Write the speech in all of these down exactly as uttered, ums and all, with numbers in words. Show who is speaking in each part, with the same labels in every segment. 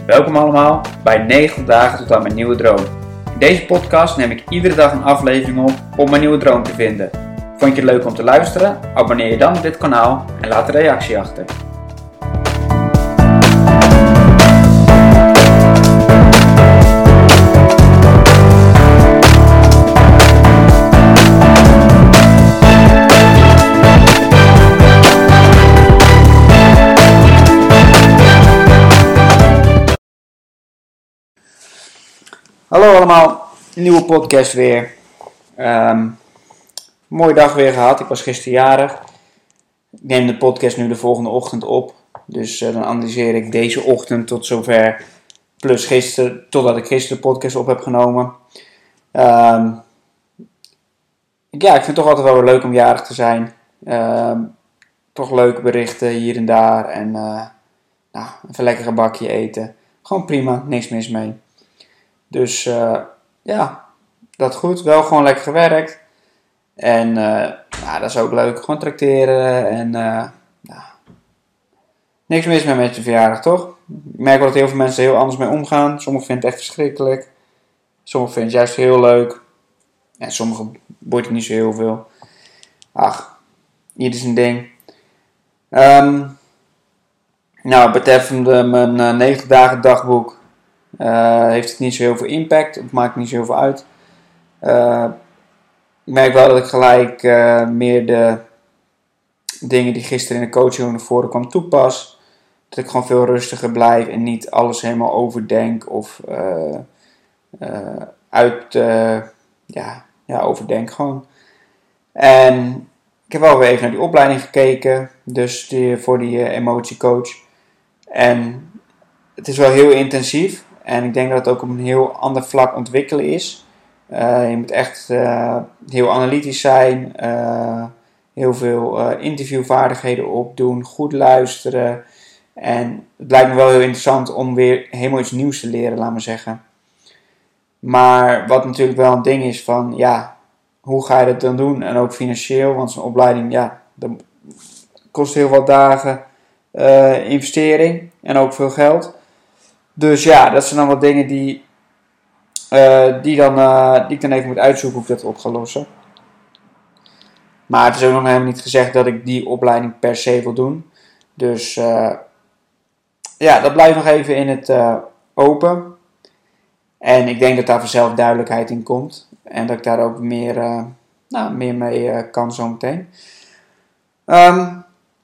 Speaker 1: Welkom allemaal bij negentig dagen tot aan mijn nieuwe droom. In deze podcast neem ik iedere dag een aflevering op om mijn nieuwe droom te vinden. Vond je het leuk om te luisteren? Abonneer je dan op dit kanaal en laat een reactie achter. Hallo allemaal, een nieuwe podcast weer. Um, mooie dag weer gehad, ik was gisteren jarig. Ik neem de podcast nu de volgende ochtend op. Dus uh, dan analyseer ik deze ochtend tot zover. Plus gisteren, totdat ik gisteren de podcast op heb genomen. Um, ja, ik vind het toch altijd wel weer leuk om jarig te zijn. Um, toch leuke berichten hier en daar. En uh, nou, even lekker een bakje eten. Gewoon prima, niks mis mee. Dus uh, ja, dat goed. Wel gewoon lekker gewerkt. En uh, ja, dat is ook leuk. Gewoon trakteren. En uh, ja, niks mis meer met je verjaardag, toch? Ik merk wel dat heel veel mensen er heel anders mee omgaan. Sommigen vinden het echt verschrikkelijk. Sommigen vinden het juist heel leuk. En sommigen boeit het niet zo heel veel. Ach, ieder zijn ding. Um, nou, betreffende mijn uh, negentig dagen dagboek. Uh, heeft het niet zo heel veel impact. Het maakt niet zo heel veel uit. Uh, ik merk wel dat ik gelijk uh, meer de dingen die gisteren in de coaching naar voren kwam toepas. Dat ik gewoon veel rustiger blijf en niet alles helemaal overdenk of uh, uh, uit uh, ja, ja, overdenk gewoon. En ik heb wel weer even naar die opleiding gekeken. Dus die, voor die uh, emotiecoach. En het is wel heel intensief. En ik denk dat het ook op een heel ander vlak ontwikkelen is. Uh, je moet echt uh, heel analytisch zijn. Uh, heel veel uh, interviewvaardigheden opdoen. Goed luisteren. En het lijkt me wel heel interessant om weer helemaal iets nieuws te leren, laat maar zeggen. Maar wat natuurlijk wel een ding is van, ja, hoe ga je dat dan doen? En ook financieel, want zo'n opleiding, ja, dat kost heel wat dagen uh, investering. En ook veel geld. Dus ja, dat zijn dan wat dingen die, uh, die, dan, uh, die ik dan even moet uitzoeken hoe ik dat op ga lossen. Maar het is ook nog helemaal niet gezegd dat ik die opleiding per se wil doen. Dus uh, ja, dat blijft nog even in het uh, open. En ik denk dat daar vanzelf duidelijkheid in komt. En dat ik daar ook meer, uh, nou, meer mee uh, kan zo meteen. Um,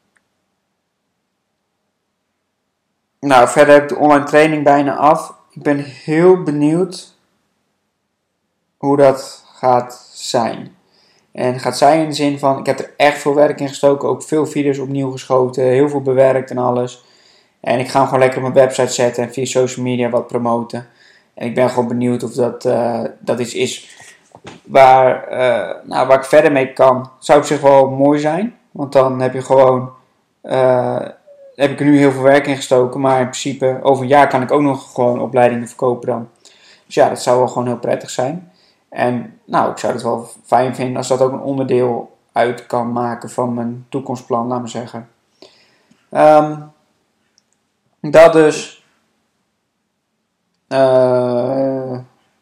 Speaker 1: nou, verder heb ik de online training bijna af. Ik ben heel benieuwd hoe dat gaat zijn. En gaat zijn in de zin van, ik heb er echt veel werk in gestoken. Ook veel video's opnieuw geschoten. Heel veel bewerkt en alles. En ik ga hem gewoon lekker op mijn website zetten. En via social media wat promoten. En ik ben gewoon benieuwd of dat, uh, dat iets is waar, uh, nou, waar ik verder mee kan. Zou op zich wel mooi zijn. Want dan heb je gewoon... Uh, heb ik er nu heel veel werk in gestoken. Maar in principe, over een jaar kan ik ook nog gewoon opleidingen verkopen dan. Dus ja, dat zou wel gewoon heel prettig zijn. En nou, ik zou het wel fijn vinden als dat ook een onderdeel uit kan maken van mijn toekomstplan, laat maar zeggen. Um, dat dus. Uh,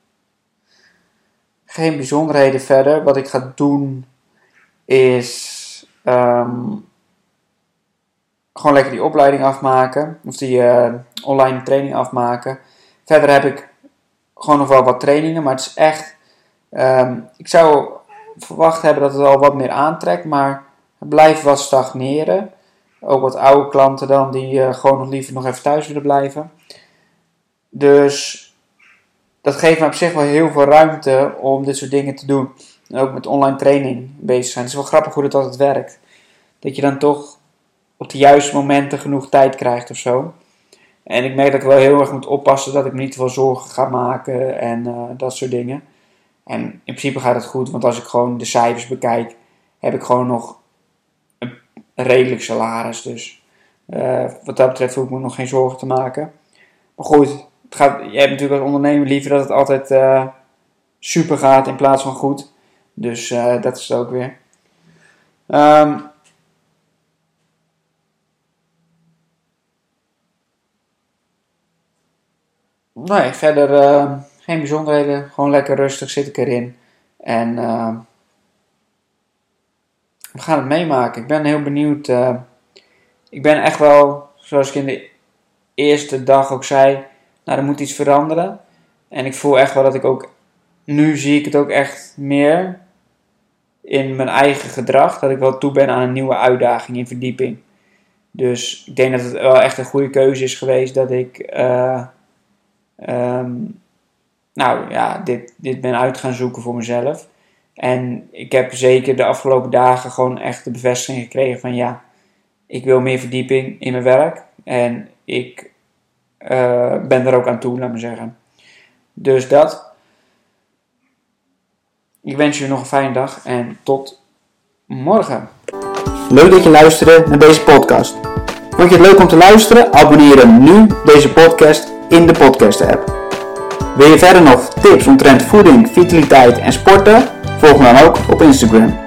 Speaker 1: geen bijzonderheden verder. Wat ik ga doen is um, gewoon lekker die opleiding afmaken. Of die uh, online training afmaken. Verder heb ik gewoon nog wel wat trainingen, maar het is echt... Um, ik zou verwacht hebben dat het al wat meer aantrekt, maar het blijft wat stagneren. Ook wat oude klanten dan, die uh, gewoon nog liever nog even thuis willen blijven. Dus dat geeft me op zich wel heel veel ruimte om dit soort dingen te doen. En ook met online training bezig zijn. Het is wel grappig hoe dat altijd werkt. Dat je dan toch op de juiste momenten genoeg tijd krijgt of zo. En ik merk dat ik wel heel erg moet oppassen dat ik me niet te veel zorgen ga maken en uh, dat soort dingen. En in principe gaat het goed, want als ik gewoon de cijfers bekijk, heb ik gewoon nog een redelijk salaris. Dus uh, wat dat betreft hoef ik me nog geen zorgen te maken. Maar goed, het gaat, je hebt natuurlijk als ondernemer liever dat het altijd uh, super gaat in plaats van goed. Dus uh, dat is het ook weer. Um, nee, verder uh, geen bijzonderheden. Gewoon lekker rustig zit ik erin. En uh, we gaan het meemaken. Ik ben heel benieuwd. Uh, ik ben echt wel, zoals ik in de eerste dag ook zei, nou, er moet iets veranderen. En ik voel echt wel dat ik ook, nu zie ik het ook echt meer in mijn eigen gedrag, dat ik wel toe ben aan een nieuwe uitdaging in verdieping. Dus ik denk dat het wel echt een goede keuze is geweest dat ik uh, um, nou ja, dit, dit ben uit gaan zoeken voor mezelf. En ik heb zeker de afgelopen dagen gewoon echt de bevestiging gekregen van ja, ik wil meer verdieping in mijn werk. En ik uh, ben er ook aan toe, laat me zeggen. Dus dat. Ik wens je nog een fijne dag en tot morgen. Leuk dat je luisterde naar deze podcast. Vond je het leuk om te luisteren? Abonneer je nu deze podcast in de podcast app. Wil je verder nog tips omtrent voeding, vitaliteit en sporten? Volg me dan ook op Instagram.